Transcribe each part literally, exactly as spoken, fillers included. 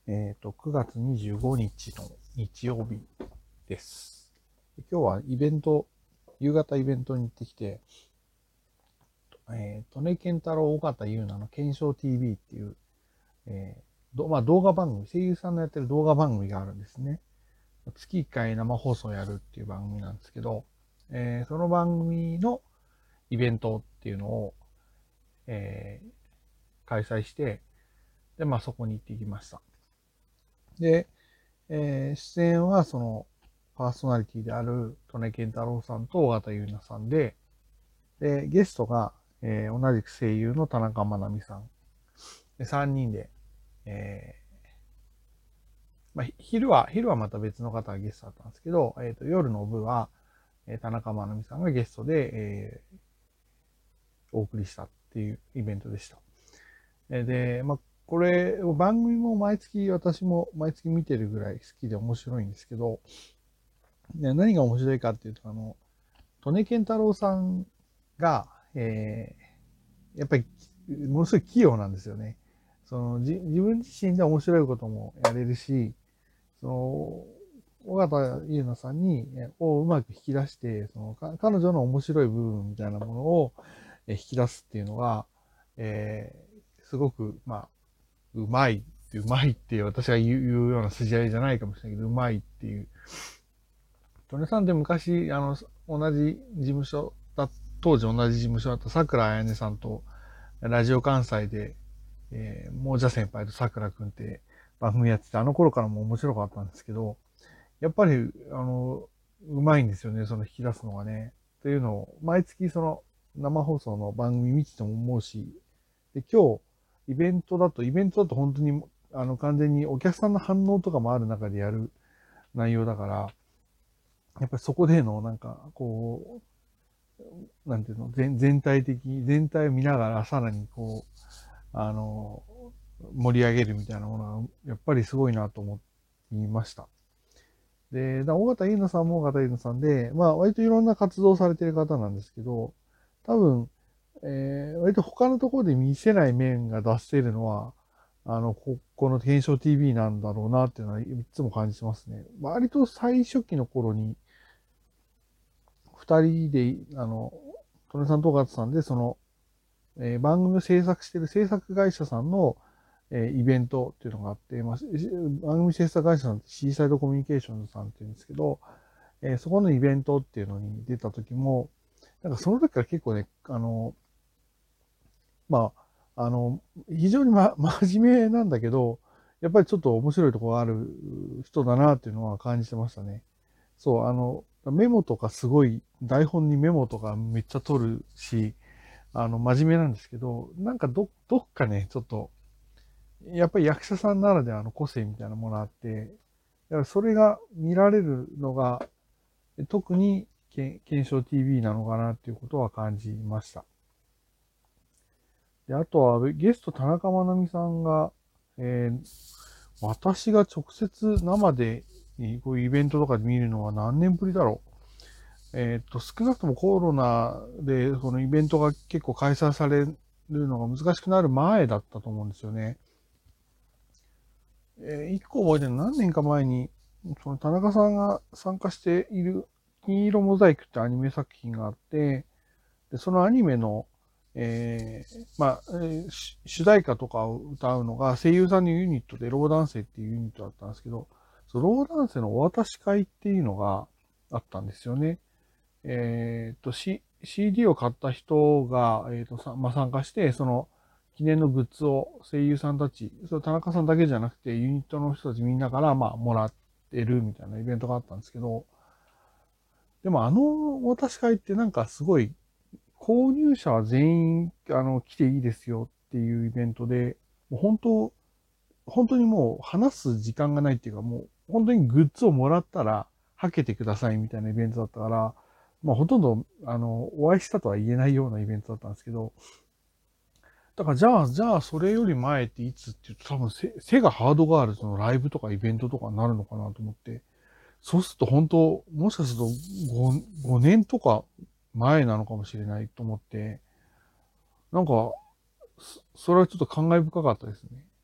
えっと、くがつにじゅうごにちの日曜日です。今日はイベント、夕方イベントに行ってきて、えー、利根健太郎、尾形優奈の検証 ティーブイ っていう、えーどまあ、動画番組、声優さんのやってる動画番組があるんですね。月いっかい生放送やるっていう番組なんですけど、えーその番組のイベントっていうのを、えー開催して、で、まあそこに行ってきました。で、えー出演はそのパーソナリティである利根健太郎さんと尾形優奈さんで、で、ゲストが、えー同じく声優の田中まなみさん。で、さんにんで、えーまあ、昼は、昼はまた別の方がゲストだったんですけど、えっ、と、夜の部は、えー田中まなみさんがゲストで、えーお送りしたっていうイベントでした。で、まあ、これ、番組も毎月、私も毎月見てるぐらい好きで面白いんですけど、で何が面白いかっていうと、あの、利根健太郎さんが、えー、やっぱり、ものすごい器用なんですよね。その、じ自分自身で面白いこともやれるし、その、尾形優奈さんに、をうまく引き出して、その、彼女の面白い部分みたいなものを引き出すっていうのが、えー、すごく、まあ、うまい、うまいっていう私が言うような筋合いじゃないかもしれないけど、うまいっていう。トネさんって昔、あの、同じ事務所だ、当時同じ事務所だった桜彩音さんと、ラジオ関西で、えー、もうじゃ先輩と桜くんって番組やってて、あの頃からも面白かったんですけど、やっぱり、あの、うまいんですよね、その引き出すのがね。というのを、毎月その生放送の番組見てても思うし、で、今日、イベントだと、イベントだと本当に、あの、完全にお客さんの反応とかもある中でやる内容だから、やっぱりそこでの、なんか、こう、なんていうの、全全体的、全体を見ながら、さらにこう、あの、盛り上げるみたいなものは、やっぱりすごいなと思いました。で、だ尾形優奈さんも尾形優奈さんで、まあ、割といろんな活動されてる方なんですけど、多分、えー、割と他のところで見せない面が出せるのは、あの、こ、この検証 ティーブイ なんだろうなっていうのはいつも感じてますね。割と最初期の頃に、二人で、あの、トネさんと尾形さんで、その、えー番組を制作している制作会社さんの、えーイベントっていうのがあって、まあ、し番組制作会社さんってシーサイドコミュニケーションズさんっていうんですけど、えーそこのイベントっていうのに出た時も、なんかその時から結構ね、あの、まあ、あの、非常に、ま、真面目なんだけど、やっぱりちょっと面白いところがある人だなっていうのは感じてましたね。そう、あの、メモとかすごい、台本にメモとかめっちゃ取るし、あの、真面目なんですけど、なんかど、どっかね、ちょっと、やっぱり役者さんならではの個性みたいなものがあって、だからそれが見られるのが、特に検証 ティーブイ なのかなっていうことは感じました。で、あとはゲスト田中まなみさんが、えー、私が直接生でこういうイベントとかで見るのは何年ぶりだろう。えっと、少なくともコロナでそのイベントが結構開催されるのが難しくなる前だったと思うんですよね。えー、一個覚えてるの何年か前に、その田中さんが参加している金色モザイクってアニメ作品があって、でそのアニメの、えー、まあ、えー主題歌とかを歌うのが声優さんのユニットでローダンセっていうユニットだったんですけど、そのローダンセのお渡し会っていうのがあったんですよね。えっと、C、シーディー を買った人が、えっと、さ、まあ、参加して、その、記念のグッズを声優さんたち、それ田中さんだけじゃなくて、ユニットの人たちみんなから、まあ、もらってるみたいなイベントがあったんですけど、でもあのお渡し会ってなんかすごい、購入者は全員、あの、来ていいですよっていうイベントで、もう本当、本当にもう話す時間がないっていうか、もう本当にグッズをもらったら、はけてくださいみたいなイベントだったから、まあほとんど、あの、お会いしたとは言えないようなイベントだったんですけど、だからじゃあ、じゃあそれより前っていつって言うと多分セ、セガハードガールズのライブとかイベントとかになるのかなと思って、そうすると本当、もしかするとご、ごねんとか前なのかもしれないと思って、なんか、そそれはちょっと感慨深かったですね。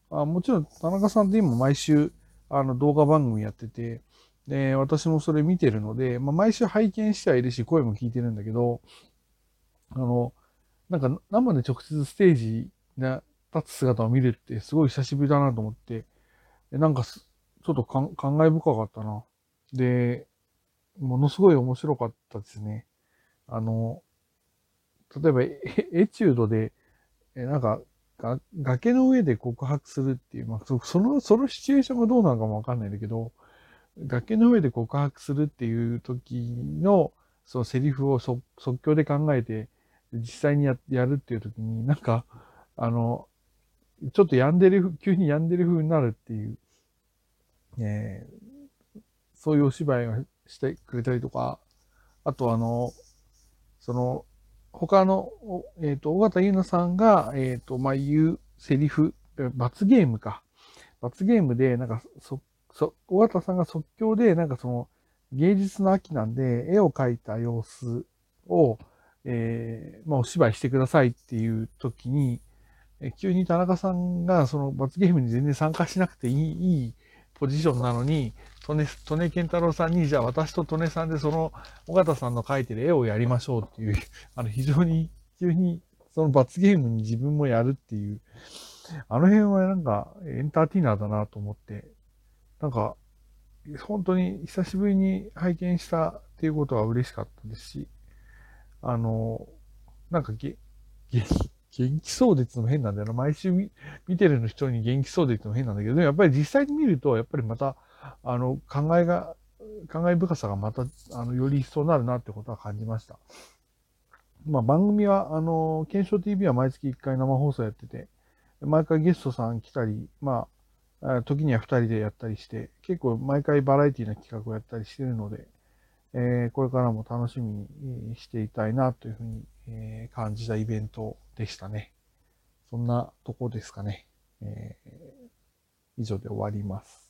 あ、もちろん田中さんって今毎週あの動画番組やってて、で、私もそれ見てるので、まあ、毎週拝見してはいるし、声も聞いてるんだけど、あの、なんか生で直接ステージに立つ姿を見るってすごい久しぶりだなと思って、なんかすちょっとかん感慨深かったな。で、ものすごい面白かったですね。あの、例えばエエチュードで、え、なんか、が崖の上で告白するっていう、まあ、そその、そのシチュエーションがどうなのかもわかんないんだけど、崖の上で告白するっていう時の、そのセリフを即即興で考えて、実際にややるっていう時に、なんか、あの、ちょっと病んでる、急に病んでる風になるっていう、えーそういうお芝居をしてくれたりとか、あとあの、その、他の、えっ、と、尾形優奈さんが、えっ、と、まあ、言うセリフ、罰ゲームか。罰ゲームで、なんか、そ、そ、尾形さんが即興で、なんかその、芸術の秋なんで、絵を描いた様子を、えー、まあ、お芝居してくださいっていう時に、え急に田中さんがその罰ゲームに全然参加しなくていい、いいポジションなのに、利根、利根健太郎さんに、じゃあ私と利根さんでその、尾形さんの描いてる絵をやりましょうっていう、あの、非常に、急に、その罰ゲームに自分もやるっていう、あの辺はなんか、エンターテイナーだなと思って、なんか、本当に久しぶりに拝見したっていうことは嬉しかったですし、あの、なんかげ、げ、元気そうでってのも変なんだよな。毎週見見てる人に元気そうでってのも変なんだけど、でもやっぱり実際に見ると、やっぱりまた、あの、考えが、考え深さがまた、あの、より一層なるなってことは感じました。まあ番組は、あの、検証 ティーブイ は毎月いっかい生放送やってて、毎回ゲストさん来たり、まあ、あ時にはふたりでやったりして、結構毎回バラエティな企画をやったりしてるので、えーこれからも楽しみにしていたいなというふうに、えー感じたイベントでしたね。そんなとこですかね。えー以上で終わります。